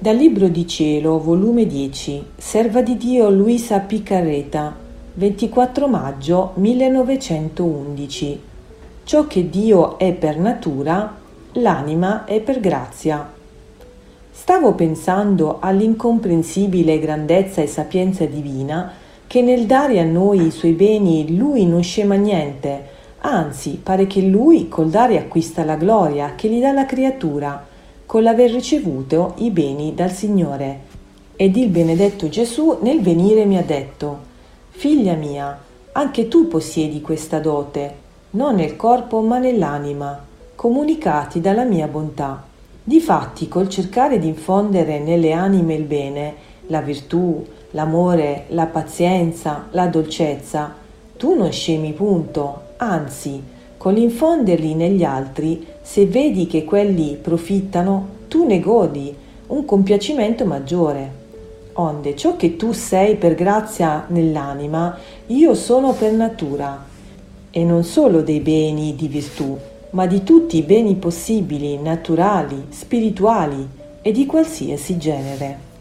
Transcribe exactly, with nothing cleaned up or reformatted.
Dal Libro di Cielo, volume dieci, Serva di Dio Luisa Piccarreta, ventiquattro maggio millenovecentoundici. Ciò che Dio è per natura, l'anima è per grazia. Stavo pensando all'incomprensibile grandezza e sapienza divina che nel dare a noi i suoi beni Lui non scema niente, anzi pare che Lui col dare acquista la gloria che gli dà la creatura, con l'aver ricevuto i beni dal Signore. Ed il benedetto Gesù nel venire mi ha detto: «Figlia mia, anche tu possiedi questa dote, non nel corpo ma nell'anima, comunicati dalla mia bontà. Difatti, col cercare di infondere nelle anime il bene, la virtù, l'amore, la pazienza, la dolcezza, tu non scemi punto, anzi, con l'infonderli negli altri, se vedi che quelli profittano, tu ne godi un compiacimento maggiore. Onde ciò che tu sei per grazia nell'anima, io sono per natura, e non solo dei beni di virtù, ma di tutti i beni possibili, naturali, spirituali e di qualsiasi genere».